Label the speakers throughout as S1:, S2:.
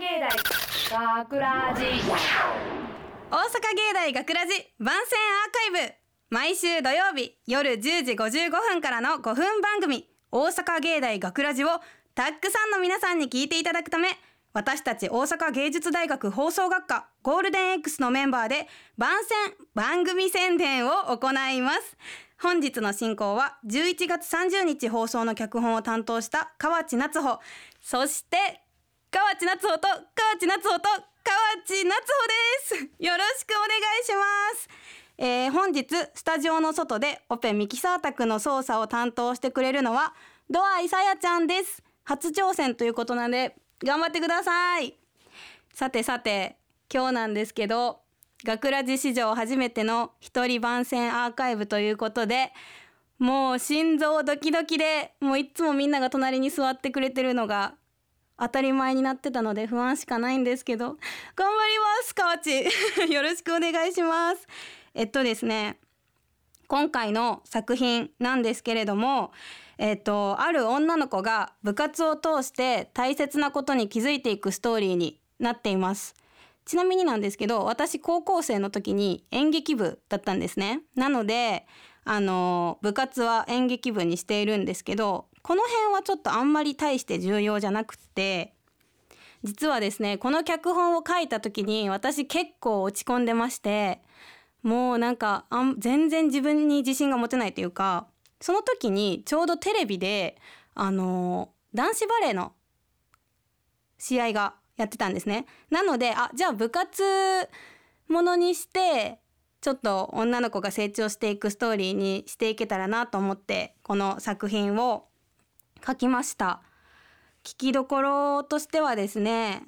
S1: 芸大学ラジ
S2: 大阪芸大学ラジ番宣アーカイブ、毎週土曜日夜10時55分からの5分番組大阪芸大学ラジをたくさんの皆さんに聞いていただくため、私たち大阪芸術大学放送学科ゴールデン X のメンバーで番組宣伝を行います。本日の進行は11月30日放送の脚本を担当した河内夏穂、そして河内夏穂と河内夏穂と河内夏穂です。よろしくお願いします。本日スタジオの外でオペミキサー宅の操作を担当してくれるのはドアイサヤちゃんです。初挑戦ということなので頑張ってください。さて今日なんですけど、学ラジ史上初めての一人番宣アーカイブということで、もう心臓ドキドキで、もういつもみんなが隣に座ってくれてるのが当たり前になってたので不安しかないんですけど、頑張ります河内よろしくお願いします。ですね、今回の作品なんですけれども、ある女の子が部活を通して大切なことに気づいていくストーリーになっています。ちなみになんですけど、私高校生の時に演劇部だったんですね。なので部活は演劇部にしているんですけど、この辺はちょっとあんまり大して重要じゃなくて、実はですね、この脚本を書いた時に私結構落ち込んでまして、もうなんか全然自分に自信が持てないというか、その時にちょうどテレビで男子バレーの試合がやってたんですね。なのでじゃあ部活ものにしてちょっと女の子が成長していくストーリーにしていけたらなと思ってこの作品を書きました。聞きどころとしてはですね、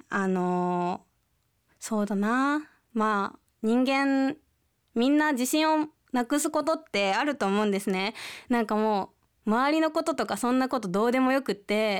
S2: そうだな、人間みんな自信をなくすことってあると思うんですね。なんかもう周りのこととかそんなことどうでもよくって、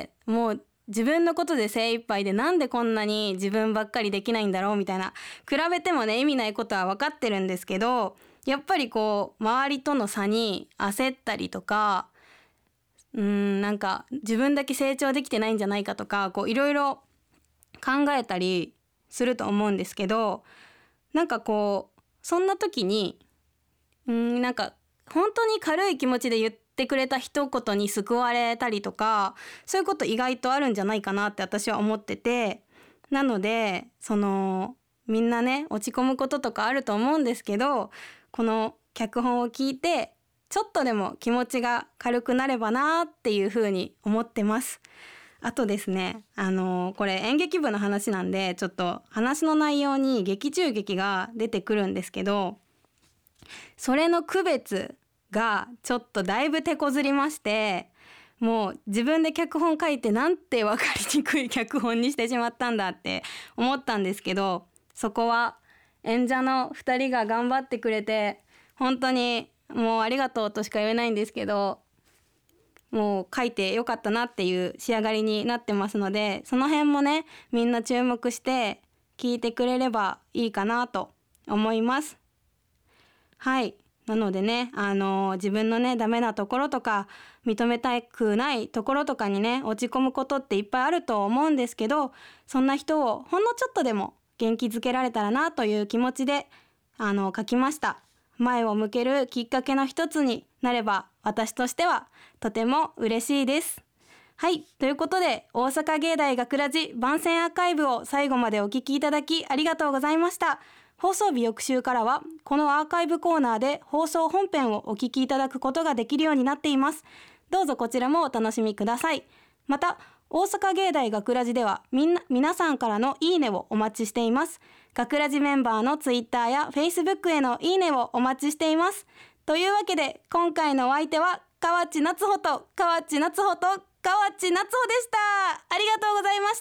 S2: もう自分のことで精一杯で、なんでこんなに自分ばっかりできないんだろうみたいな、比べてもね意味ないことは分かってるんですけど、やっぱりこう周りとの差に焦ったりとか、なんか自分だけ成長できてないんじゃないかとか、こういろいろ考えたりすると思うんですけど、なんかこうそんな時になんか本当に軽い気持ちで言ってくれた一言に救われたりとか、そういうこと意外とあるんじゃないかなって私は思ってて、なのでみんなね落ち込むこととかあると思うんですけど、この脚本を聞いてちょっとでも気持ちが軽くなればなっていうふうに思ってます。あとですね、これ演劇部の話なんで、ちょっと話の内容に劇中劇が出てくるんですけど、それの区別がちょっとだいぶ手こずりまして、もう自分で脚本書いてなんて分かりにくい脚本にしてしまったんだって思ったんですけど、そこは演者の2人が頑張ってくれて本当にもうありがとうとしか言えないんですけど、もう書いてよかったなっていう仕上がりになってますので、その辺もねみんな注目して聞いてくれればいいかなと思います。はい、なのでね、自分のねダメなところとか認めたくないところとかにね落ち込むことっていっぱいあると思うんですけど、そんな人をほんのちょっとでも元気づけられたらなという気持ちで書きました。前を向けるきっかけの一つになれば私としてはとても嬉しいです。はい、ということで大阪芸大学ラジ番宣アーカイブを最後までお聞きいただきありがとうございました。放送日翌週からはこのアーカイブコーナーで放送本編をお聞きいただくことができるようになっています。どうぞこちらもお楽しみください。また大阪芸大学ラジでは皆さんからのいいねをお待ちしています。学ラジメンバーのツイッターやフェイスブックへのいいねをお待ちしています。というわけで今回のお相手は河内夏穂と河内夏穂と河内夏穂でした。ありがとうございました。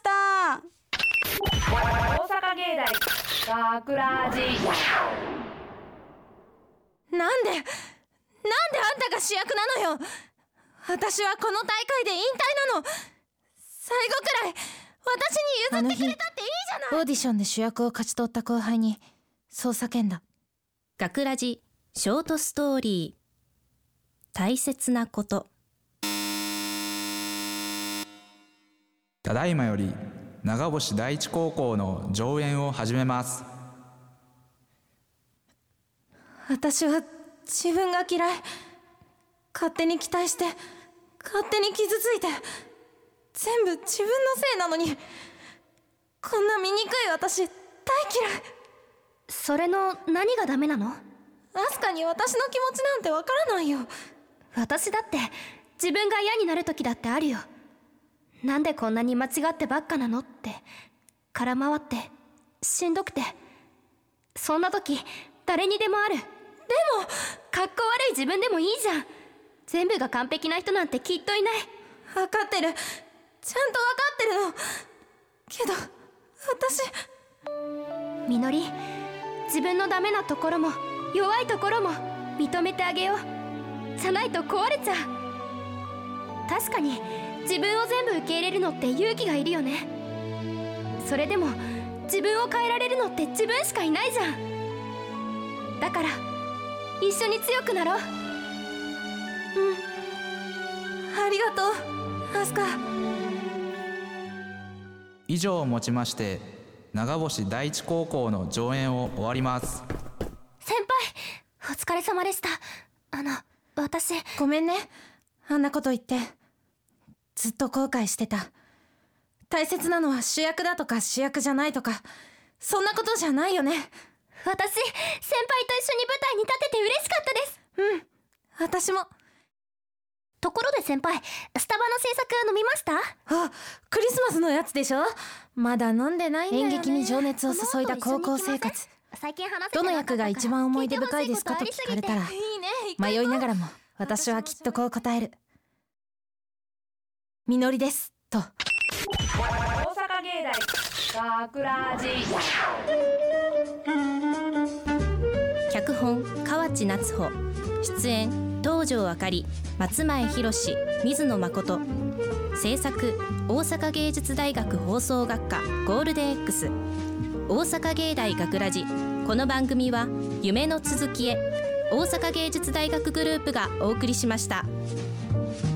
S1: 大阪芸大学ラジ
S3: なんであんたが主役なのよ。私はこの大会で引退なの。最後くらい私に譲ってくれたっていいじゃない。
S4: オーディションで主役を勝ち取った後輩にそう叫んだ。
S5: 学ラジショートストーリー、大切なこと。
S6: ただいまより長星第一高校の上演を始めます。
S3: 私は自分が嫌い。勝手に期待して勝手に傷ついて、全部自分のせいなのに、こんな醜い私大嫌い。
S5: それの何がダメなの？
S3: アスカに私の気持ちなんてわからないよ。
S5: 私だって自分が嫌になる時だってあるよ。なんでこんなに間違ってばっかなのって空回ってしんどくて、そんな時誰にでもある。でもかっこ悪い自分でもいいじゃん。全部が完璧な人なんてきっといない。
S3: 分かってる、ちゃんと分かってるの。けど私
S5: みのり、自分のダメなところも弱いところも認めてあげよう。じゃないと壊れちゃう。確かに自分を全部受け入れるのって勇気がいるよね。それでも自分を変えられるのって自分しかいないじゃん。だから一緒に強くなろう。
S3: ありがとうアスカ。
S6: 以上をもちまして長星第一高校の上演を終わります。
S5: 先輩、お疲れ様でした。私
S3: ごめんね、あんなこと言って。ずっと後悔してた。大切なのは主役だとか主役じゃないとか、そんなことじゃないよね。
S5: 私、先輩と一緒に舞台に立てて嬉しかったです。
S3: 私も。
S5: ところで先輩、スタバの制作飲みました？
S3: あ、クリスマスのやつでしょ。まだ飲んでないんだよね。
S4: 演劇に情熱を注いだ高校生活。どの役が一番思い出深いですかと聞かれたら、迷いながらも私はきっとこう答える。みのりですと。
S1: 大阪芸大学ラジ。
S5: 脚本河内夏穂、出演東條あかり、松前博史、水野誠。制作大阪芸術大学放送学科ゴールデン X、 大阪芸大学ラジ。この番組は夢の続きへ大阪芸術大学グループがお送りしました。